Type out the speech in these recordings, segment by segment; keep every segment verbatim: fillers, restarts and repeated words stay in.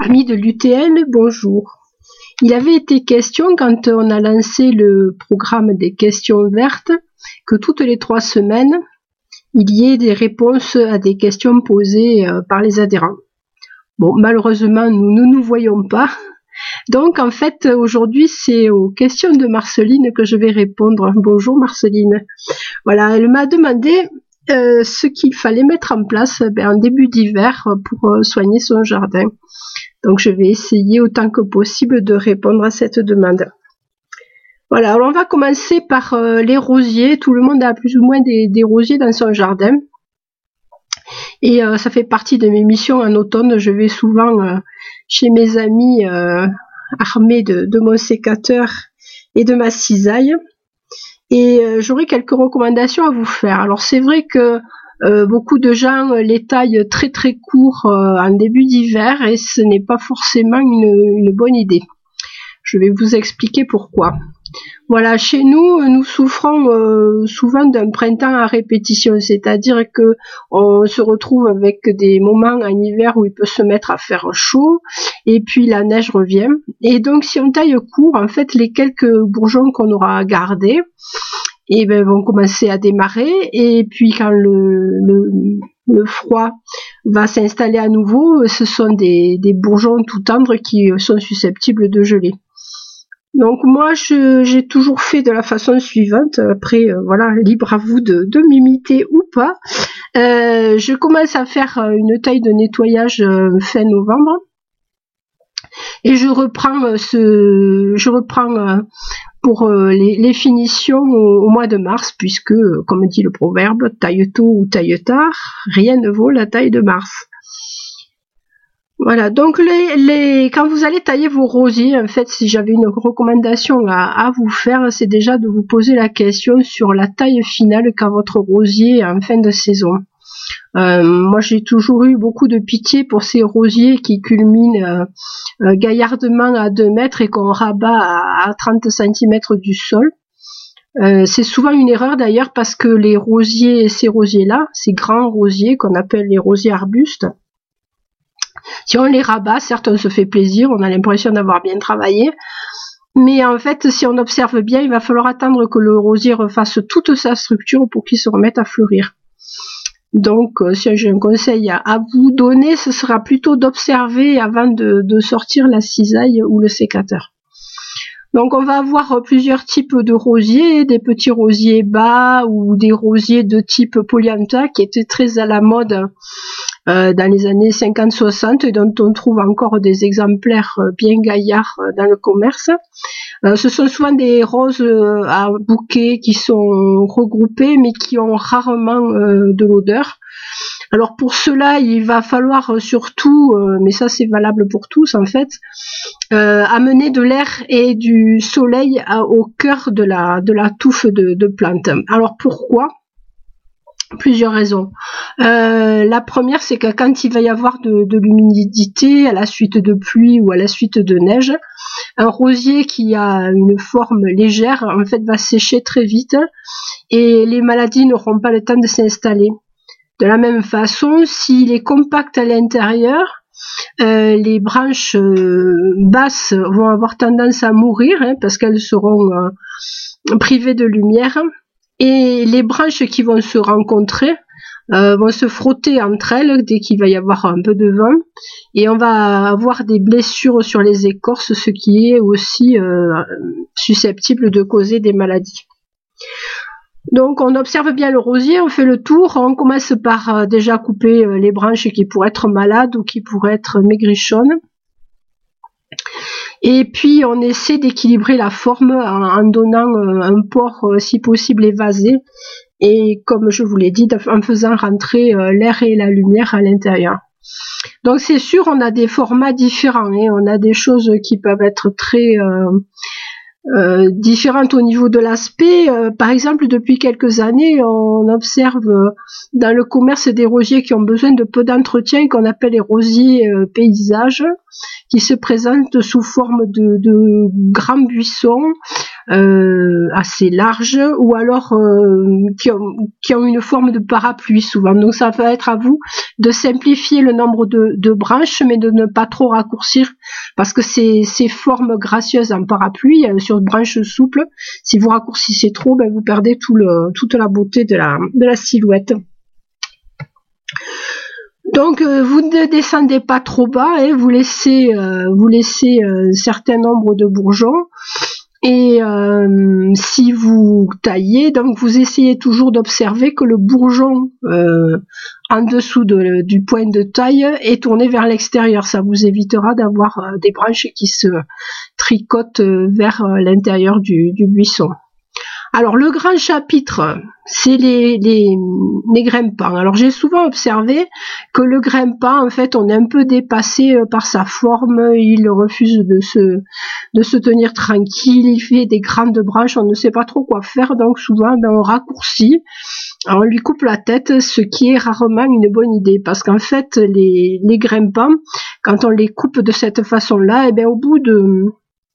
Amis de l'U T N, bonjour. Il avait été question, quand on a lancé le programme des questions vertes, que toutes les trois semaines, il y ait des réponses à des questions posées par les adhérents. Bon, malheureusement, nous ne nous voyons pas. Donc, en fait, aujourd'hui, c'est aux questions de Marceline que je vais répondre. Bonjour Marceline. Voilà, elle m'a demandé euh, ce qu'il fallait mettre en place ben, en début d'hiver pour euh, soigner son jardin. Donc, je vais essayer autant que possible de répondre à cette demande. Voilà, alors on va commencer par euh, les rosiers. Tout le monde a plus ou moins des, des rosiers dans son jardin. Et euh, ça fait partie de mes missions en automne. Je vais souvent euh, chez mes amis euh, armés de, de mon sécateur et de ma cisaille. Et euh, j'aurai quelques recommandations à vous faire. Alors c'est vrai que euh, beaucoup de gens les taillent très très courts euh, en début d'hiver et ce n'est pas forcément une, une bonne idée. Je vais vous expliquer pourquoi. Voilà, chez nous, nous souffrons euh, souvent d'un printemps à répétition, c'est-à-dire que on se retrouve avec des moments en hiver où il peut se mettre à faire chaud, et puis la neige revient. Et donc, si on taille court, en fait, les quelques bourgeons qu'on aura gardés, et ben, vont commencer à démarrer, et puis quand le, le, le froid va s'installer à nouveau, ce sont des, des bourgeons tout tendres qui sont susceptibles de geler. Donc moi, je, j'ai toujours fait de la façon suivante. Après, euh, voilà, libre à vous de, de m'imiter ou pas. Euh, je commence à faire une taille de nettoyage euh, fin novembre. Et je reprends euh, ce, je reprends euh, pour euh, les, les finitions au, au mois de mars, puisque, euh, comme dit le proverbe, taille tôt ou taille tard, rien ne vaut la taille de mars. Voilà, donc les, les, quand vous allez tailler vos rosiers, en fait, si j'avais une recommandation à, à vous faire, c'est déjà de vous poser la question sur la taille finale qu'a votre rosier en fin de saison. Euh, moi, j'ai toujours eu beaucoup de pitié pour ces rosiers qui culminent euh, euh, gaillardement à deux mètres et qu'on rabat à, à trente centimètres du sol. Euh, c'est souvent une erreur d'ailleurs parce que les rosiers, ces rosiers-là, ces grands rosiers qu'on appelle les rosiers arbustes, si on les rabat, certes on se fait plaisir, on a l'impression d'avoir bien travaillé, mais en fait si on observe bien, il va falloir attendre que le rosier refasse toute sa structure pour qu'il se remette à fleurir. Donc euh, si j'ai un conseil à, à vous donner, ce sera plutôt d'observer avant de, de sortir la cisaille ou le sécateur. Donc on va avoir plusieurs types de rosiers, des petits rosiers bas ou des rosiers de type Polyantha qui étaient très à la mode Euh, dans les années cinquante soixante et dont on trouve encore des exemplaires bien gaillards dans le commerce. Euh, ce sont souvent des roses euh, à bouquet qui sont regroupées mais qui ont rarement euh, de l'odeur. Alors pour cela, il va falloir surtout, euh, mais ça c'est valable pour tous en fait, euh, amener de l'air et du soleil à, au cœur de la, de la touffe de, de plante. Alors pourquoi ? Plusieurs raisons. Euh, la première, c'est que quand il va y avoir de, de l'humidité à la suite de pluie ou à la suite de neige, un rosier qui a une forme légère, en fait, va sécher très vite et les maladies n'auront pas le temps de s'installer. De la même façon, s'il est compact à l'intérieur, euh, les branches euh, basses vont avoir tendance à mourir hein, parce qu'elles seront euh, privées de lumière. Et les branches qui vont se rencontrer euh, vont se frotter entre elles dès qu'il va y avoir un peu de vent et on va avoir des blessures sur les écorces, ce qui est aussi euh, susceptible de causer des maladies. Donc on observe bien le rosier, on fait le tour, on commence par euh, déjà couper euh, les branches qui pourraient être malades ou qui pourraient être maigrichonnes. Et puis on essaie d'équilibrer la forme en, en donnant euh, un port euh, si possible évasé et comme je vous l'ai dit en faisant rentrer euh, l'air et la lumière à l'intérieur. Donc c'est sûr on a des formats différents, hein. On a des choses qui peuvent être très euh, euh, différentes au niveau de l'aspect. Euh, par exemple depuis quelques années on observe euh, dans le commerce des rosiers qui ont besoin de peu d'entretien qu'on appelle les rosiers euh, paysages, qui se présentent sous forme de, de grands buissons euh, assez larges, ou alors euh, qui, ont, qui ont une forme de parapluie souvent. Donc ça va être à vous de simplifier le nombre de, de branches, mais de ne pas trop raccourcir, parce que ces, ces formes gracieuses en parapluie, sur branches souples, si vous raccourcissez trop, ben vous perdez tout le, toute la beauté de la, de la silhouette. Donc euh, vous ne descendez pas trop bas, hein, vous laissez, euh, vous laissez euh, un certain nombre de bourgeons. Et euh, si vous taillez, donc vous essayez toujours d'observer que le bourgeon euh, en dessous de, du point de taille est tourné vers l'extérieur. Ça vous évitera d'avoir euh, des branches qui se tricotent vers euh, l'intérieur du, du buisson. Alors le grand chapitre, c'est les, les, les grimpants. Alors j'ai souvent observé que le grimpant, en fait, on est un peu dépassé par sa forme, il refuse de se, de se tenir tranquille, il fait des grandes branches, on ne sait pas trop quoi faire, donc souvent ben, on raccourcit, on lui coupe la tête, ce qui est rarement une bonne idée, parce qu'en fait les, les grimpants, quand on les coupe de cette façon-là, et ben au bout de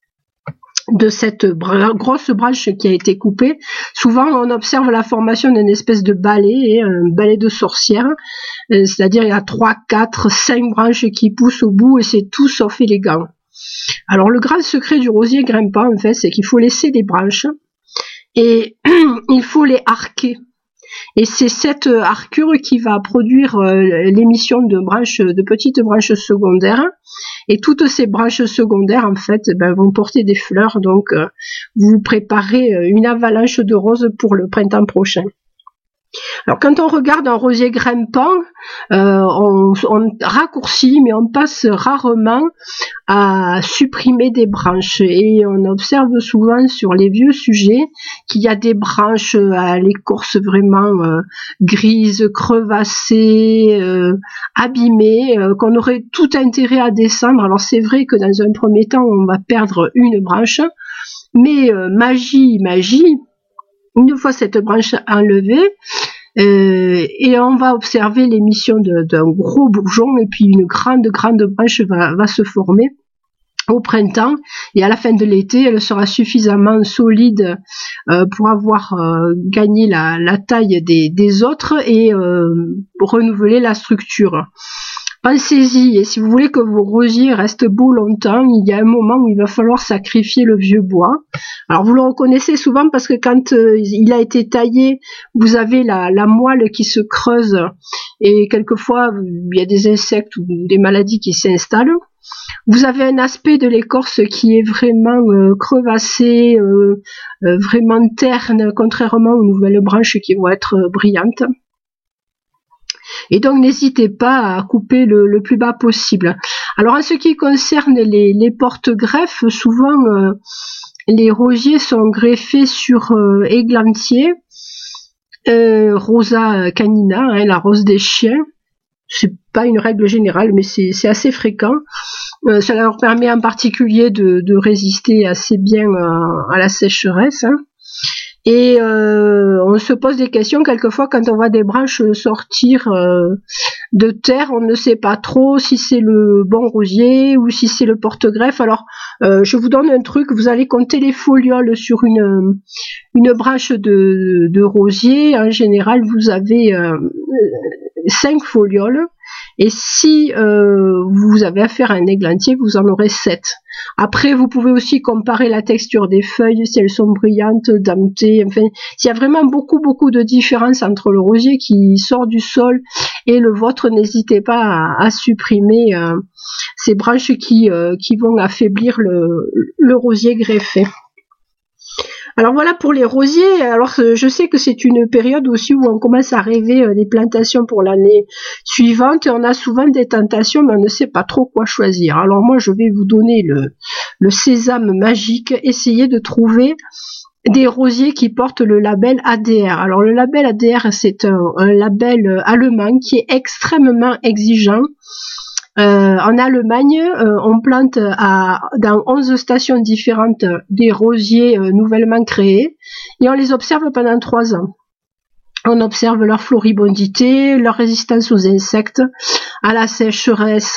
de cette bra- grosse branche qui a été coupée, souvent on observe la formation d'une espèce de balai, un balai de sorcière, euh, c'est-à-dire il y a trois, quatre, cinq branches qui poussent au bout et c'est tout sauf élégant. Alors le grand secret du rosier grimpant, en fait, c'est qu'il faut laisser les branches et il faut les arquer. Et c'est cette arcure qui va produire euh, l'émission de branches, de petites branches secondaires. Et toutes ces branches secondaires, en fait, ben, vont porter des fleurs. Donc, euh, vous préparez une avalanche de roses pour le printemps prochain. Alors, quand on regarde un rosier grimpant, euh, on, on raccourcit, mais on passe rarement à supprimer des branches. Et on observe souvent sur les vieux sujets qu'il y a des branches à l'écorce vraiment euh, grise, crevassée, euh, abîmée, euh, qu'on aurait tout intérêt à descendre. Alors, c'est vrai que dans un premier temps, on va perdre une branche, mais euh, magie, magie, une fois cette branche enlevée, euh, et on va observer l'émission d'un gros bourgeon, et puis une grande, grande branche va, va se former au printemps, et à la fin de l'été, elle sera suffisamment solide euh, pour avoir euh, gagné la, la taille des, des autres et euh, renouveler la structure. Pensez-y, et si vous voulez que vos rosiers restent beaux longtemps, il y a un moment où il va falloir sacrifier le vieux bois. Alors vous le reconnaissez souvent parce que quand euh, il a été taillé, vous avez la, la moelle qui se creuse et quelquefois il y a des insectes ou des maladies qui s'installent. Vous avez un aspect de l'écorce qui est vraiment euh, crevassé, euh, euh, vraiment terne, contrairement aux nouvelles branches qui vont être euh, brillantes. Et donc n'hésitez pas à couper le, le plus bas possible. Alors en ce qui concerne les, les porte-greffes, souvent euh, les rosiers sont greffés sur euh, églantier, euh, Rosa canina, hein, la rose des chiens. C'est pas une règle générale, mais c'est assez fréquent. Euh, ça leur permet en particulier de, de résister assez bien à, à la sécheresse. Hein. Et euh, on se pose des questions quelquefois quand on voit des branches sortir euh, de terre, on ne sait pas trop si c'est le bon rosier ou si c'est le porte-greffe. Alors euh, je vous donne un truc, vous allez compter les folioles sur une, une branche de, de rosier. En général vous avez euh, cinq folioles. Et si euh, vous avez affaire à un églantier, vous en aurez sept. Après, vous pouvez aussi comparer la texture des feuilles, si elles sont brillantes, damentées, enfin, s'il y a vraiment beaucoup, beaucoup de différence entre le rosier qui sort du sol et le vôtre, n'hésitez pas à, à supprimer euh, ces branches qui, euh, qui vont affaiblir le, le rosier greffé. Alors voilà pour les rosiers. Alors je sais que c'est une période aussi où on commence à rêver des plantations pour l'année suivante et on a souvent des tentations mais on ne sait pas trop quoi choisir. Alors moi je vais vous donner le, le sésame magique. Essayez de trouver des rosiers qui portent le label A D R. Alors le label A D R c'est un, un label allemand qui est extrêmement exigeant. Euh, en Allemagne, euh, on plante à, dans onze stations différentes des rosiers euh, nouvellement créés et on les observe pendant trois ans. On observe leur floribondité, leur résistance aux insectes, à la sécheresse,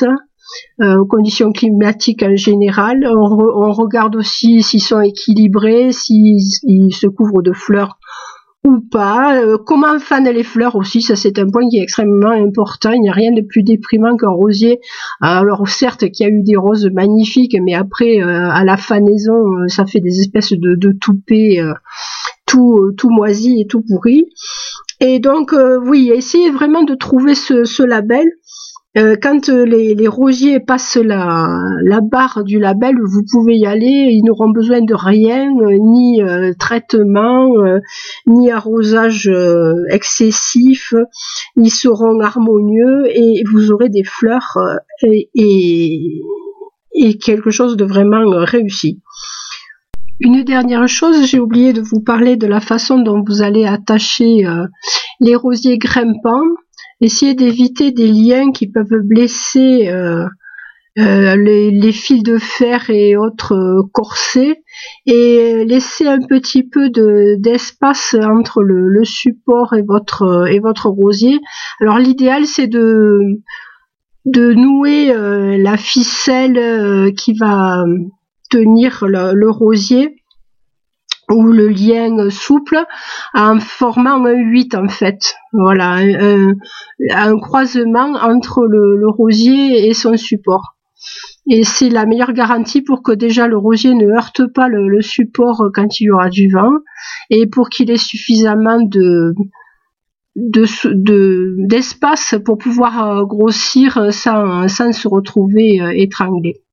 euh, aux conditions climatiques en général. On, re, on regarde aussi s'ils sont équilibrés, s'ils ils se couvrent de fleurs ou pas. Euh, comment fanent les fleurs aussi, ça c'est un point qui est extrêmement important. Il n'y a rien de plus déprimant qu'un rosier. Alors certes qu'il y a eu des roses magnifiques, mais après euh, à la fanaison, euh, ça fait des espèces de, de toupets euh, tout, euh, tout moisis et tout pourris. Et donc euh, oui, essayez vraiment de trouver ce, ce label. Euh, quand euh, les, les rosiers passent la, la barre du label, vous pouvez y aller, ils n'auront besoin de rien, euh, ni euh, traitement, euh, ni arrosage euh, excessif, ils seront harmonieux et vous aurez des fleurs euh, et, et, et quelque chose de vraiment euh, réussi. Une dernière chose, j'ai oublié de vous parler de la façon dont vous allez attacher euh, les rosiers grimpants. Essayez d'éviter des liens qui peuvent blesser euh, euh, les, les fils de fer et autres euh, corsets, et laissez un petit peu de, d'espace entre le, le support et votre, et votre rosier. Alors l'idéal c'est de, de nouer euh, la ficelle euh, qui va tenir le, le rosier ou le lien souple en formant un huit en fait. Voilà, un, un croisement entre le, le rosier et son support. Et c'est la meilleure garantie pour que déjà le rosier ne heurte pas le, le support quand il y aura du vent, et pour qu'il ait suffisamment de, de, de, d'espace pour pouvoir grossir sans, sans se retrouver étranglé.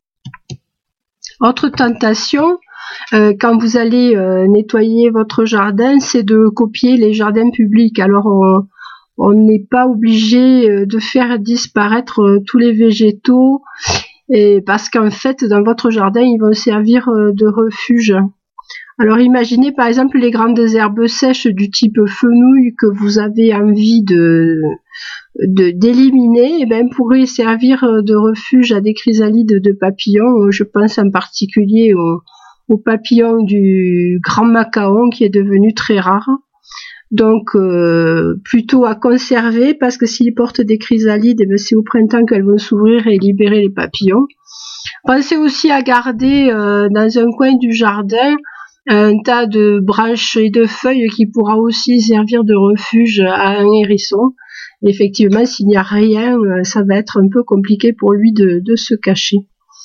Autre tentation, Euh, quand vous allez euh, nettoyer votre jardin, c'est de copier les jardins publics. Alors on n'est pas obligé euh, de faire disparaître euh, tous les végétaux, et parce qu'en fait dans votre jardin ils vont servir euh, de refuge. Alors imaginez par exemple les grandes herbes sèches du type fenouil que vous avez envie de de d'éliminer, et ben pourraient servir de refuge à des chrysalides de papillons. Je pense en particulier aux au papillon du grand macaon qui est devenu très rare. Donc euh, plutôt à conserver, parce que s'ils portent des chrysalides, eh bien, c'est au printemps qu'elles vont s'ouvrir et libérer les papillons. Pensez aussi à garder euh, dans un coin du jardin un tas de branches et de feuilles qui pourra aussi servir de refuge à un hérisson. Et effectivement, s'il n'y a rien, ça va être un peu compliqué pour lui de, de se cacher.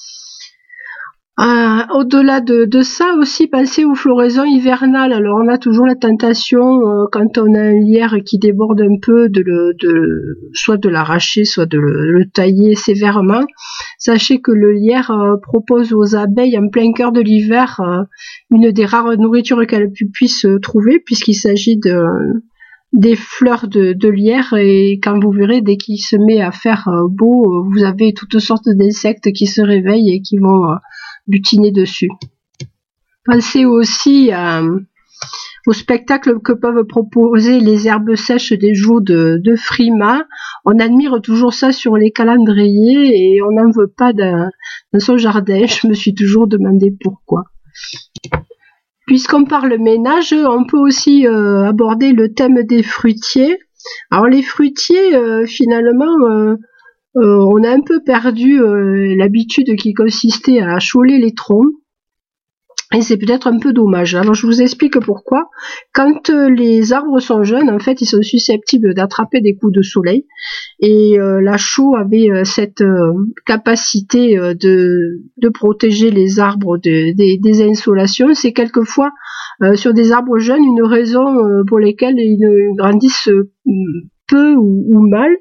Euh, au-delà de, de ça aussi, pensez aux floraisons hivernales. Alors on a toujours la tentation euh, quand on a un lierre qui déborde un peu de le, de, soit de l'arracher, soit de le, le tailler sévèrement. Sachez que le lierre euh, propose aux abeilles en plein cœur de l'hiver euh, une des rares nourritures qu'elles puissent trouver, puisqu'il s'agit de des fleurs de, de lierre, et quand vous verrez, dès qu'il se met à faire euh, beau, vous avez toutes sortes d'insectes qui se réveillent et qui vont euh, butiner dessus. Pensez aussi euh, au spectacle que peuvent proposer les herbes sèches des jours de, de Frimas. On admire toujours ça sur les calendriers et on n'en veut pas dans, dans son jardin. Je me suis toujours demandé pourquoi. Puisqu'on parle ménage, on peut aussi euh, aborder le thème des fruitiers. Alors les fruitiers, euh, finalement, euh, euh, on a un peu perdu euh, l'habitude qui consistait à choler les troncs. Et c'est peut-être un peu dommage. Alors je vous explique pourquoi. Quand euh, les arbres sont jeunes, en fait, ils sont susceptibles d'attraper des coups de soleil. Et euh, la chaux avait euh, cette euh, capacité euh, de, de protéger les arbres de, de, des insolations. C'est quelquefois euh, sur des arbres jeunes une raison euh, pour lesquelles ils grandissent euh, peu ou, ou mal.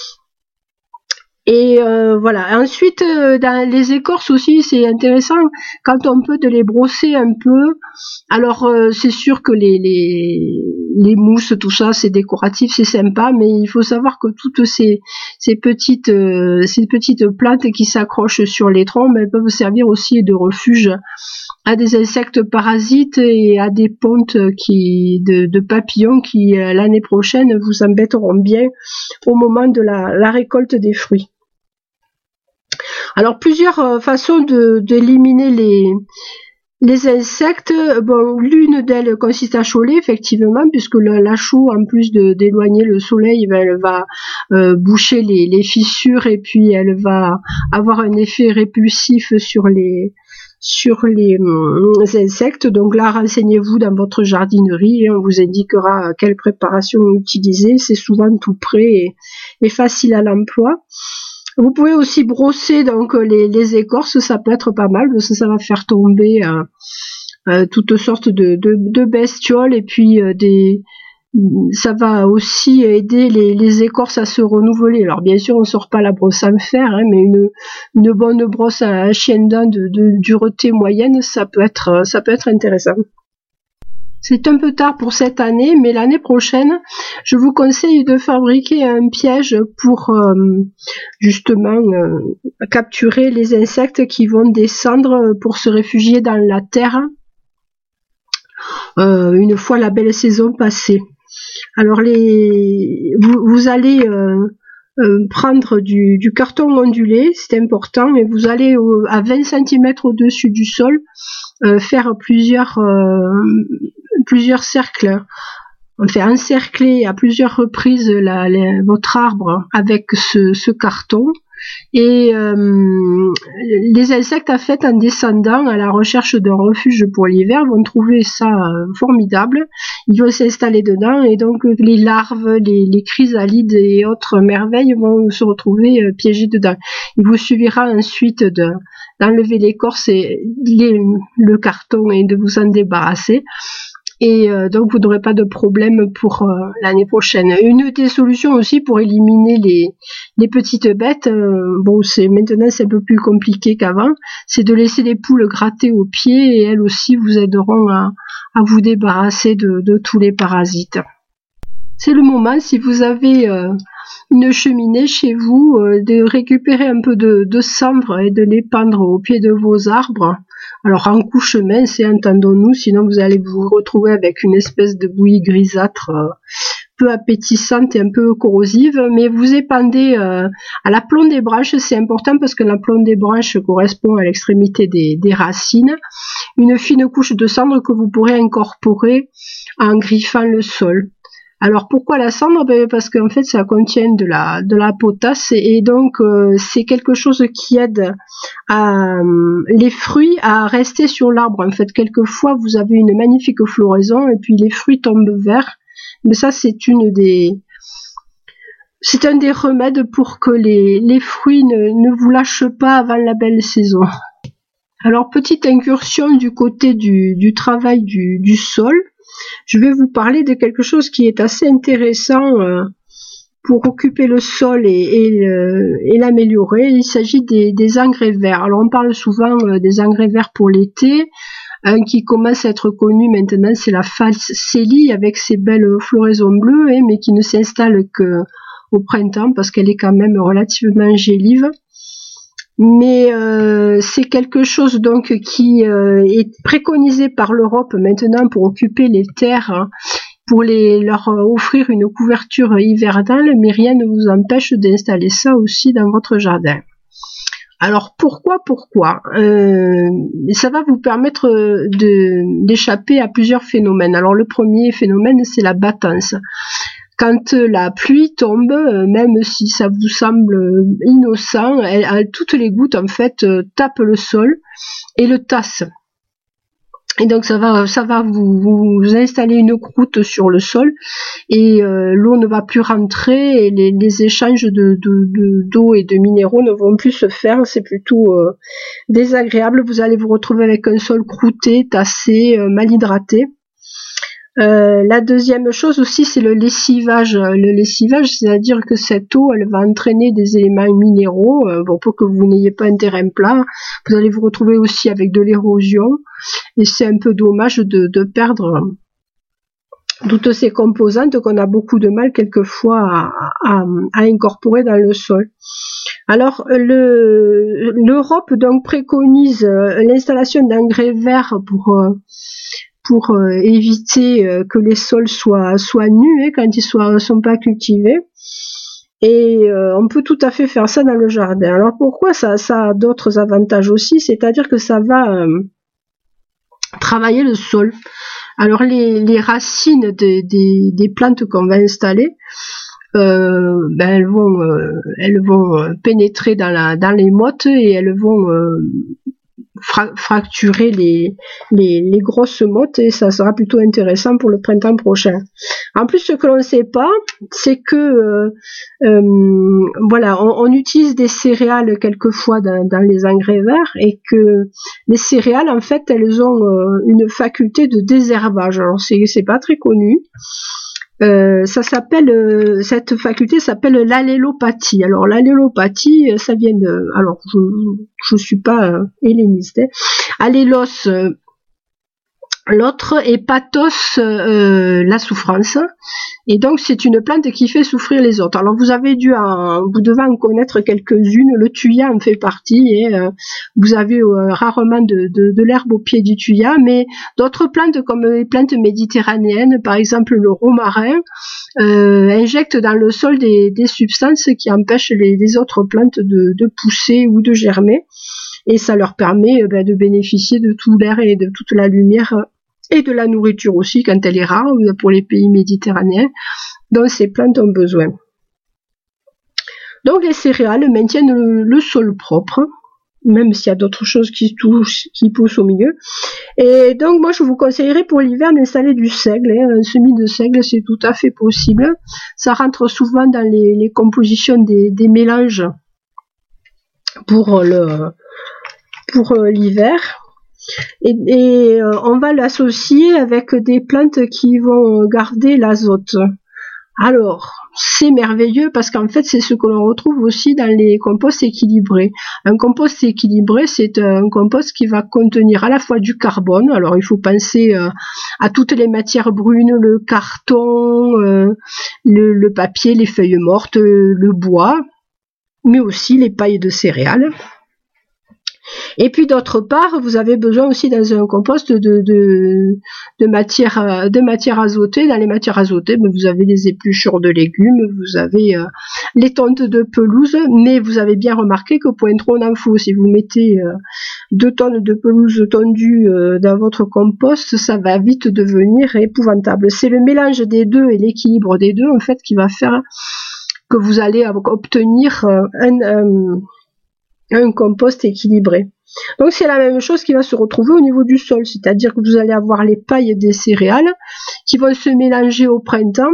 Et euh, voilà. Ensuite, euh, dans les écorces aussi, c'est intéressant quand on peut de les brosser un peu. Alors, euh, c'est sûr que les, les les mousses, tout ça, c'est décoratif, c'est sympa, mais il faut savoir que toutes ces ces petites euh, ces petites plantes qui s'accrochent sur les troncs, ben, peuvent servir aussi de refuge à des insectes parasites et à des pontes qui de, de papillons qui euh, l'année prochaine vous embêteront bien au moment de la, la récolte des fruits. Alors plusieurs euh, façons de d'éliminer les Les insectes, bon, l'une d'elles consiste à choler, effectivement, puisque la, la chaux, en plus de d'éloigner le soleil, ben, elle va euh, boucher les, les fissures et puis elle va avoir un effet répulsif sur les sur les, les insectes. Donc là, renseignez-vous dans votre jardinerie, on vous indiquera quelle préparation utiliser. C'est souvent tout prêt et, et facile à l'emploi. Vous pouvez aussi brosser donc les, les écorces, ça peut être pas mal parce que ça va faire tomber euh, euh, toutes sortes de, de, de bestioles et puis euh, des, ça va aussi aider les, les écorces à se renouveler. Alors bien sûr, on sort pas la brosse en fer, hein, mais une, une bonne brosse à un chien dent de, de dureté moyenne, ça peut être, ça peut être intéressant. C'est un peu tard pour cette année, mais l'année prochaine, je vous conseille de fabriquer un piège pour euh, justement euh, capturer les insectes qui vont descendre pour se réfugier dans la terre euh, une fois la belle saison passée. Alors les, vous, vous allez euh, euh, prendre du, du carton ondulé, c'est important, et vous allez au, à vingt centimètres au-dessus du sol euh, faire plusieurs euh, plusieurs cercles, enfin encercler à plusieurs reprises la, la, votre arbre avec ce, ce carton. Et euh, les insectes en fait en descendant à la recherche d'un refuge pour l'hiver vont trouver ça euh, formidable. Ils vont s'installer dedans et donc les larves, les, les chrysalides et autres merveilles vont se retrouver euh, piégées dedans. Il vous suffira ensuite de d'enlever l'écorce et les, le carton et de vous en débarrasser. Et euh, donc vous n'aurez pas de problème pour euh, l'année prochaine. Une des solutions aussi pour éliminer les, les petites bêtes, euh, bon c'est maintenant c'est un peu plus compliqué qu'avant, c'est de laisser les poules gratter aux pieds et elles aussi vous aideront à, à vous débarrasser de, de tous les parasites. C'est le moment, si vous avez euh, une cheminée chez vous, euh, de récupérer un peu de, de cendre et de l'épandre au pied de vos arbres. Alors en couche mince, entendons-nous, sinon vous allez vous retrouver avec une espèce de bouillie grisâtre euh, peu appétissante et un peu corrosive, mais vous épandez euh, à l'aplomb des branches, c'est important parce que l'aplomb des branches correspond à l'extrémité des, des racines, une fine couche de cendre que vous pourrez incorporer en griffant le sol. Alors pourquoi la cendre? Ben parce qu'en fait ça contient de la de la potasse et, et donc euh, c'est quelque chose qui aide à, euh, les fruits à rester sur l'arbre. En fait, quelquefois vous avez une magnifique floraison et puis les fruits tombent verts. Mais ça c'est une des c'est un des remèdes pour que les les fruits ne, ne vous lâchent pas avant la belle saison. Alors petite incursion du côté du du travail du du sol. Je vais vous parler de quelque chose qui est assez intéressant euh, pour occuper le sol et, et, euh, et l'améliorer. Il s'agit des, des engrais verts. Alors on parle souvent euh, des engrais verts pour l'été. Un qui commence à être connu maintenant, c'est la false célie avec ses belles floraisons bleues, hein, mais qui ne s'installe que au printemps parce qu'elle est quand même relativement gélive. Mais euh, c'est quelque chose donc qui euh, est préconisé par l'Europe maintenant pour occuper les terres, hein, pour les, leur offrir une couverture hivernale, mais rien ne vous empêche d'installer ça aussi dans votre jardin. Alors pourquoi pourquoi euh, ça va vous permettre de, d'échapper à plusieurs phénomènes. Alors le premier phénomène, c'est la battance. Quand la pluie tombe, même si ça vous semble innocent, elle, elle, toutes les gouttes en fait tapent le sol et le tassent. Et donc ça va, ça va vous, vous installer une croûte sur le sol et euh, l'eau ne va plus rentrer et les, les échanges de, de, de, d'eau et de minéraux ne vont plus se faire. C'est plutôt euh, désagréable. Vous allez vous retrouver avec un sol croûté, tassé, euh, mal hydraté. Euh, la deuxième chose aussi, c'est le lessivage. Le lessivage, c'est-à-dire que cette eau, elle va entraîner des éléments minéraux. Euh, bon, pour que vous n'ayez pas un terrain plat, vous allez vous retrouver aussi avec de l'érosion. Et c'est un peu dommage de, de perdre toutes ces composantes qu'on a beaucoup de mal quelquefois à, à, à incorporer dans le sol. Alors, le, l'Europe donc préconise l'installation d'engrais verts pour pour euh, éviter euh, que les sols soient soient nus hein, quand ils soient sont pas cultivés. Et euh, on peut tout à fait faire ça dans le jardin. Alors pourquoi ça ça a d'autres avantages aussi, c'est-à-dire que ça va euh, travailler le sol. Alors les, les racines des, des, des plantes qu'on va installer, euh, ben elles vont, euh, elles vont pénétrer dans, la, dans les mottes et elles vont euh, fra- fracturer les, les, les grosses mottes et ça sera plutôt intéressant pour le printemps prochain. En plus, ce que l'on ne sait pas, c'est que euh, euh, voilà, on, on utilise des céréales quelquefois dans, dans les engrais verts et que les céréales, en fait, elles ont euh, une faculté de désherbage. Alors, c'est, c'est pas très connu. Euh, ça s'appelle, euh, cette faculté s'appelle l'allélopathie. Alors l'allélopathie, ça vient de, alors je je suis pas euh, helléniste. Hein. Allélos, euh, l'autre, et pathos, euh, la souffrance. Et donc c'est une plante qui fait souffrir les autres. Alors vous avez dû, en, vous devez en connaître quelques-unes. Le thuya en fait partie. Et euh, vous avez euh, rarement de, de, de l'herbe au pied du thuya, mais d'autres plantes comme les plantes méditerranéennes, par exemple le romarin, euh, injectent dans le sol des, des substances qui empêchent les, les autres plantes de, de pousser ou de germer. Et ça leur permet euh, ben, de bénéficier de tout l'air et de toute la lumière et de la nourriture aussi quand elle est rare pour les pays méditerranéens dont ces plantes ont besoin. Donc les céréales maintiennent le, le sol propre, même s'il y a d'autres choses qui touchent, qui poussent au milieu. Et donc moi je vous conseillerais pour l'hiver d'installer du seigle, hein. Un semis de seigle c'est tout à fait possible. Ça rentre souvent dans les, les compositions des, des mélanges pour le pour l'hiver. Et, et euh, on va l'associer avec des plantes qui vont garder l'azote. Alors, c'est merveilleux parce qu'en fait, c'est ce que l'on retrouve aussi dans les composts équilibrés. Un compost équilibré, c'est un compost qui va contenir à la fois du carbone. Alors, il faut penser euh, à toutes les matières brunes, le carton, euh, le, le papier, les feuilles mortes, le bois, mais aussi les pailles de céréales. Et puis d'autre part, vous avez besoin aussi dans un compost de, de, de, matière, de matière azotée. Dans les matières azotées, ben vous avez les épluchures de légumes, vous avez euh, les tontes de pelouse, mais vous avez bien remarqué que point trop en faut. Si vous mettez euh, deux tonnes de pelouse tondue euh, dans votre compost, ça va vite devenir épouvantable. C'est le mélange des deux et l'équilibre des deux en fait qui va faire que vous allez obtenir un, un un compost équilibré. Donc c'est la même chose qui va se retrouver au niveau du sol, c'est-à-dire que vous allez avoir les pailles des céréales qui vont se mélanger au printemps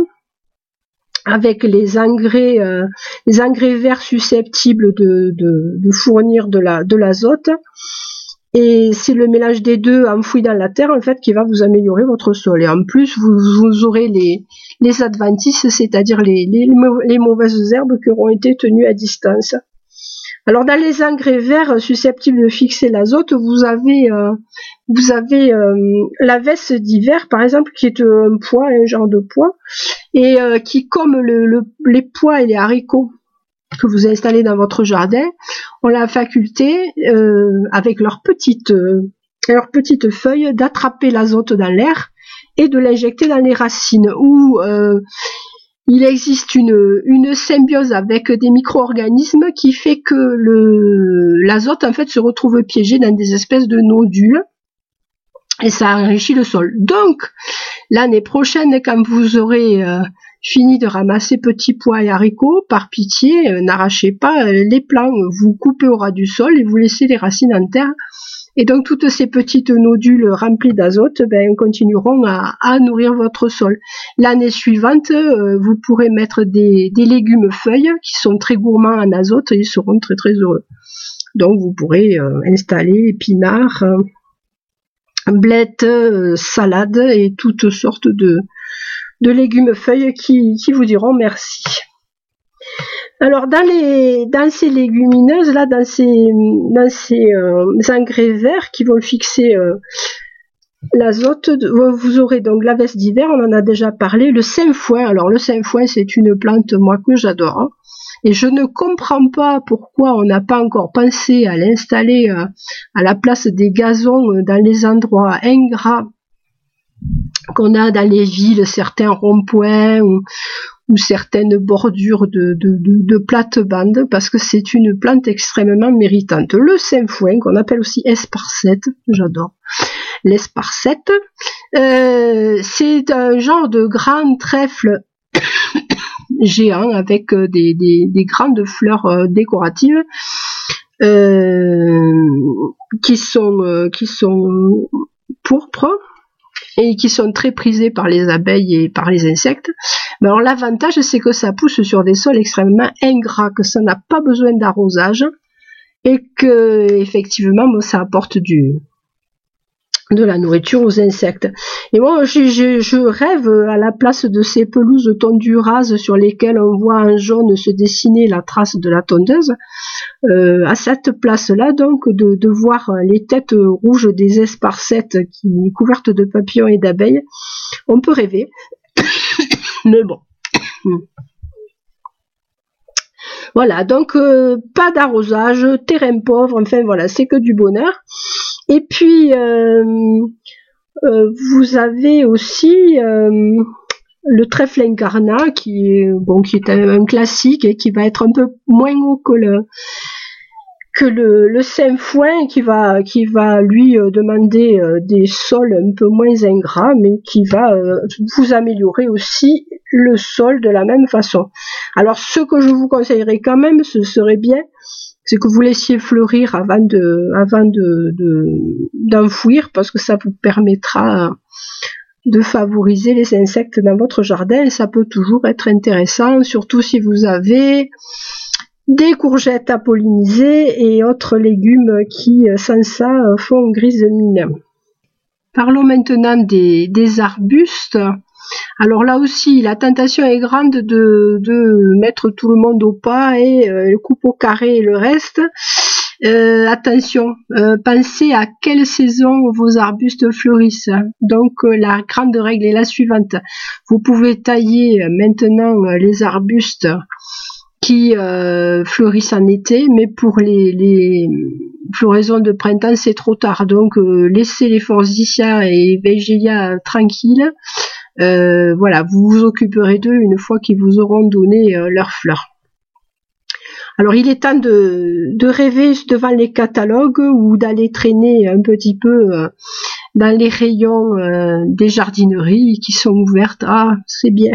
avec les engrais, euh, les engrais verts susceptibles de, de, de fournir de la, de l'azote. Et c'est le mélange des deux enfoui dans la terre en fait qui va vous améliorer votre sol. Et en plus vous, vous aurez les, les adventices, c'est-à-dire les, les, les mauvaises herbes qui auront été tenues à distance. Alors dans les engrais verts susceptibles de fixer l'azote, vous avez euh, vous avez euh, la veste d'hiver par exemple qui est un pois, un genre de pois, et euh, qui comme le, le, les pois et les haricots que vous installez dans votre jardin ont la faculté euh, avec leurs petites euh, leurs petites feuilles d'attraper l'azote dans l'air et de l'injecter dans les racines ou euh, il existe une, une symbiose avec des micro-organismes qui fait que le, l'azote en fait se retrouve piégé dans des espèces de nodules et ça enrichit le sol. Donc l'année prochaine, quand vous aurez euh, fini de ramasser petits pois et haricots, par pitié, euh, n'arrachez pas euh, les plants, vous coupez au ras du sol et vous laissez les racines en terre. Et donc toutes ces petites nodules remplies d'azote ben, continueront à, à nourrir votre sol. L'année suivante, euh, vous pourrez mettre des, des légumes feuilles qui sont très gourmands en azote et ils seront très très heureux. Donc vous pourrez euh, installer épinards, euh, blettes, euh, salades et toutes sortes de, de légumes feuilles qui, qui vous diront merci. Alors dans les dans ces légumineuses là, dans ces dans ces euh, engrais verts qui vont fixer euh, l'azote, vous aurez donc la veste d'hiver, on en a déjà parlé, le sainfoin. Alors le sainfoin c'est une plante moi que j'adore hein, et je ne comprends pas pourquoi on n'a pas encore pensé à l'installer euh, à la place des gazons euh, dans les endroits ingrats qu'on a dans les villes, certains ronds-points ou ou certaines bordures de, de, de, de plates-bandes, parce que c'est une plante extrêmement méritante. Le sainfoin, qu'on appelle aussi esparcette, j'adore, l'esparcette. Euh, c'est un genre de grand trèfle géant avec des, des, des grandes fleurs euh, décoratives euh, qui sont euh, qui sont pourpres et qui sont très prisées par les abeilles et par les insectes. Mais alors l'avantage, c'est que ça pousse sur des sols extrêmement ingrats, que ça n'a pas besoin d'arrosage et que effectivement bon, ça apporte du de la nourriture aux insectes. Et moi, je, je, je rêve à la place de ces pelouses tondues rases sur lesquelles on voit en jaune se dessiner la trace de la tondeuse. Euh, à cette place-là, donc, de, de voir les têtes rouges des esparcettes qui couvertes de papillons et d'abeilles, on peut rêver. Mais bon. Voilà, donc euh, pas d'arrosage, terrain pauvre, enfin voilà, c'est que du bonheur. Et puis, euh, euh, vous avez aussi euh, le trèfle incarnat, qui est, bon, qui est un, un classique et qui va être un peu moins haut que le que le, le sainfoin, qui va qui va lui euh, demander euh, des sols un peu moins ingrats, mais qui va euh, vous améliorer aussi le sol de la même façon. Alors, ce que je vous conseillerais quand même, ce serait bien, c'est que vous laissiez fleurir avant de, avant de, de, d'enfouir, parce que ça vous permettra de favoriser les insectes dans votre jardin, et ça peut toujours être intéressant, surtout si vous avez des courgettes à polliniser et autres légumes qui, sans ça, font grise mine. Parlons maintenant des, des arbustes. Alors là aussi, la tentation est grande de, de mettre tout le monde au pas et euh, coupe au carré et le reste. Euh, attention, euh, pensez à quelle saison vos arbustes fleurissent. Donc euh, la grande règle est la suivante. Vous pouvez tailler maintenant euh, les arbustes qui euh, fleurissent en été, mais pour les, les floraisons de printemps, c'est trop tard. Donc euh, laissez les forsythias et végélias tranquilles. Euh, voilà, vous vous occuperez d'eux une fois qu'ils vous auront donné euh, leurs fleurs. Alors il est temps de, de rêver devant les catalogues ou d'aller traîner un petit peu euh, dans les rayons euh, des jardineries qui sont ouvertes. Ah, c'est bien.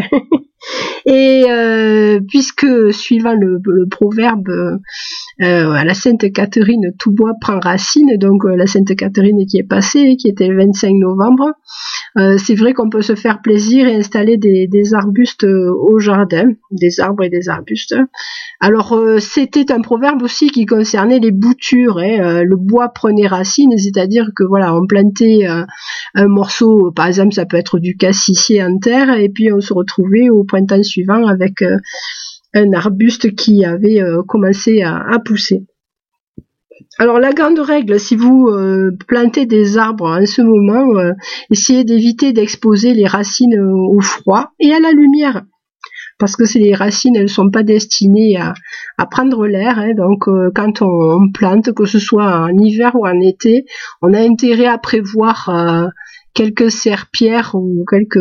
Et euh, puisque, suivant le, le proverbe, euh, la Sainte Catherine, tout bois prend racine, donc euh, la Sainte Catherine qui est passée, qui était le vingt-cinq novembre, euh, c'est vrai qu'on peut se faire plaisir et installer des, des arbustes au jardin, des arbres et des arbustes. Alors euh, c'était un proverbe aussi qui concernait les boutures, hein, euh, le bois prenait racine, c'est-à-dire que voilà, on plantait euh, un morceau, par exemple ça peut être du cassissier en terre, et puis on se retrouvait au printemps suivant avec euh, un arbuste qui avait euh, commencé à, à pousser. Alors la grande règle, si vous euh, plantez des arbres en ce moment, euh, essayez d'éviter d'exposer les racines au froid et à la lumière, parce que les racines, elles sont pas destinées à, à prendre l'air, hein, donc euh, quand on, on plante, que ce soit en hiver ou en été, on a intérêt à prévoir euh, quelques serpillères ou quelques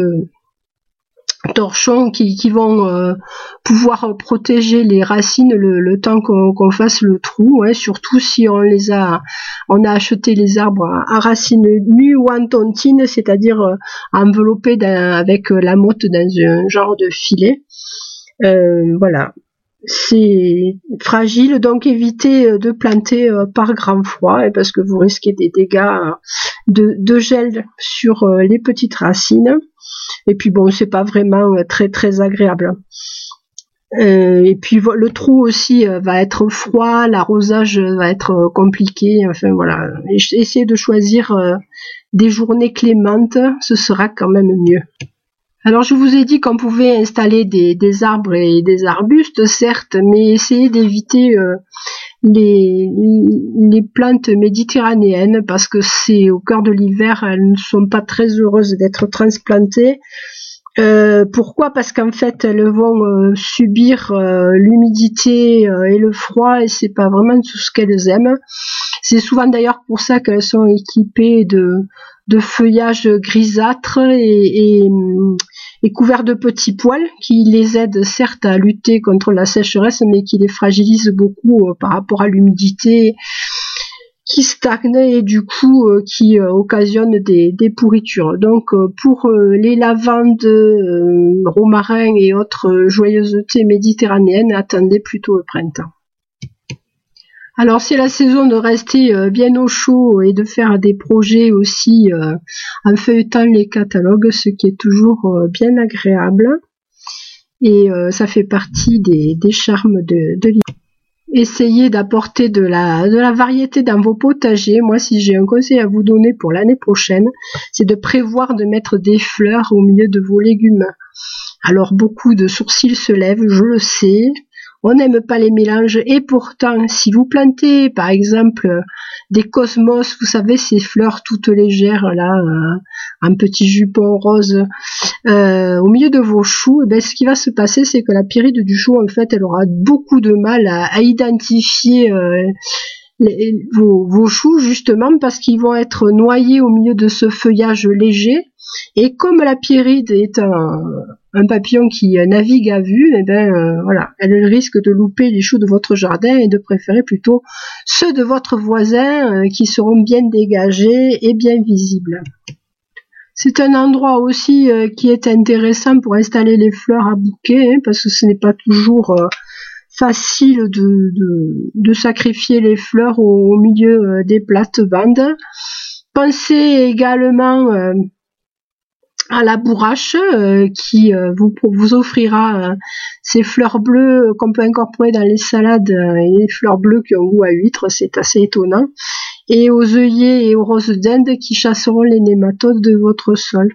torchons qui, qui vont euh, pouvoir protéger les racines le, le temps qu'on, qu'on fasse le trou, hein, surtout si on les a on a acheté les arbres à, à racines nues ou en tontine, c'est-à-dire euh, enveloppés dans, avec la motte dans un genre de filet. Euh, voilà, c'est fragile, donc évitez de planter euh, par grand froid, hein, parce que vous risquez des dégâts de, de gel sur euh, les petites racines. Et puis bon, c'est pas vraiment très très agréable. Euh, et puis le trou aussi euh, va être froid, l'arrosage va être euh, compliqué. Enfin voilà, essayez de choisir euh, des journées clémentes, ce sera quand même mieux. Alors je vous ai dit qu'on pouvait installer des, des arbres et des arbustes, certes, mais essayez d'éviter euh, les, les plantes méditerranéennes, parce que c'est au cœur de l'hiver, elles ne sont pas très heureuses d'être transplantées. Euh, pourquoi ? Parce qu'en fait elles vont euh, subir euh, l'humidité euh, et le froid, et c'est pas vraiment tout ce qu'elles aiment. C'est souvent d'ailleurs pour ça qu'elles sont équipées de, de feuillage grisâtre et, et, et couverts de petits poils qui les aident certes à lutter contre la sécheresse, mais qui les fragilisent beaucoup euh, par rapport à l'humidité, qui stagnent et du coup euh, qui euh, occasionnent des, des pourritures. Donc euh, pour euh, les lavandes, euh, romarins et autres euh, joyeusetés méditerranéennes, attendez plutôt le printemps. Alors c'est la saison de rester euh, bien au chaud et de faire des projets aussi euh, en feuilletant les catalogues, ce qui est toujours euh, bien agréable. Et euh, ça fait partie des, des charmes de, de l'hiver. Essayez d'apporter de la, de la variété dans vos potagers. Moi, si j'ai un conseil à vous donner pour l'année prochaine, c'est de prévoir de mettre des fleurs au milieu de vos légumes. Alors, beaucoup de sourcils se lèvent, je le sais. On n'aime pas les mélanges et pourtant, si vous plantez, par exemple, des cosmos, vous savez, ces fleurs toutes légères, là, euh, un petit jupon rose, euh, au milieu de vos choux, eh ben, ce qui va se passer, c'est que la pyride du chou, en fait, elle aura beaucoup de mal à, à identifier euh, les, vos, vos choux, justement, parce qu'ils vont être noyés au milieu de ce feuillage léger. Et comme la pyride est un, un papillon qui navigue à vue, eh ben euh, voilà, elle risque de louper les choux de votre jardin et de préférer plutôt ceux de votre voisin euh, qui seront bien dégagés et bien visibles. C'est un endroit aussi euh, qui est intéressant pour installer les fleurs à bouquet, hein, parce que ce n'est pas toujours euh, facile de, de, de sacrifier les fleurs au, au milieu euh, des plates-bandes. Pensez également euh, à la bourrache euh, qui euh, vous, vous offrira euh, ces fleurs bleues qu'on peut incorporer dans les salades euh, et les fleurs bleues qui ont goût à huître, c'est assez étonnant, et aux œillets et aux roses d'Inde qui chasseront les nématodes de votre sol.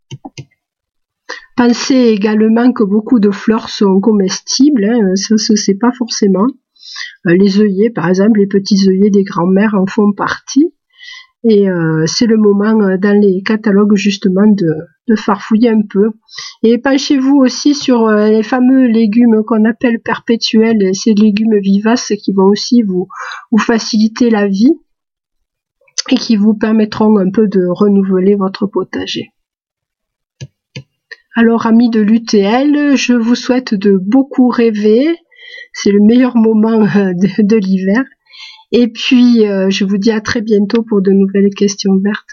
Pensez également que beaucoup de fleurs sont comestibles, hein, ça se sait pas forcément. Euh, les œillets, par exemple, les petits œillets des grands-mères en font partie. Et euh, c'est le moment euh, dans les catalogues justement de, de farfouiller un peu. Et penchez-vous aussi sur euh, les fameux légumes qu'on appelle perpétuels, ces légumes vivaces qui vont aussi vous, vous faciliter la vie et qui vous permettront un peu de renouveler votre potager. Alors amis de l'U T L, je vous souhaite de beaucoup rêver, c'est le meilleur moment euh, de, de l'hiver. Et puis, euh, je vous dis à très bientôt pour de nouvelles questions vertes.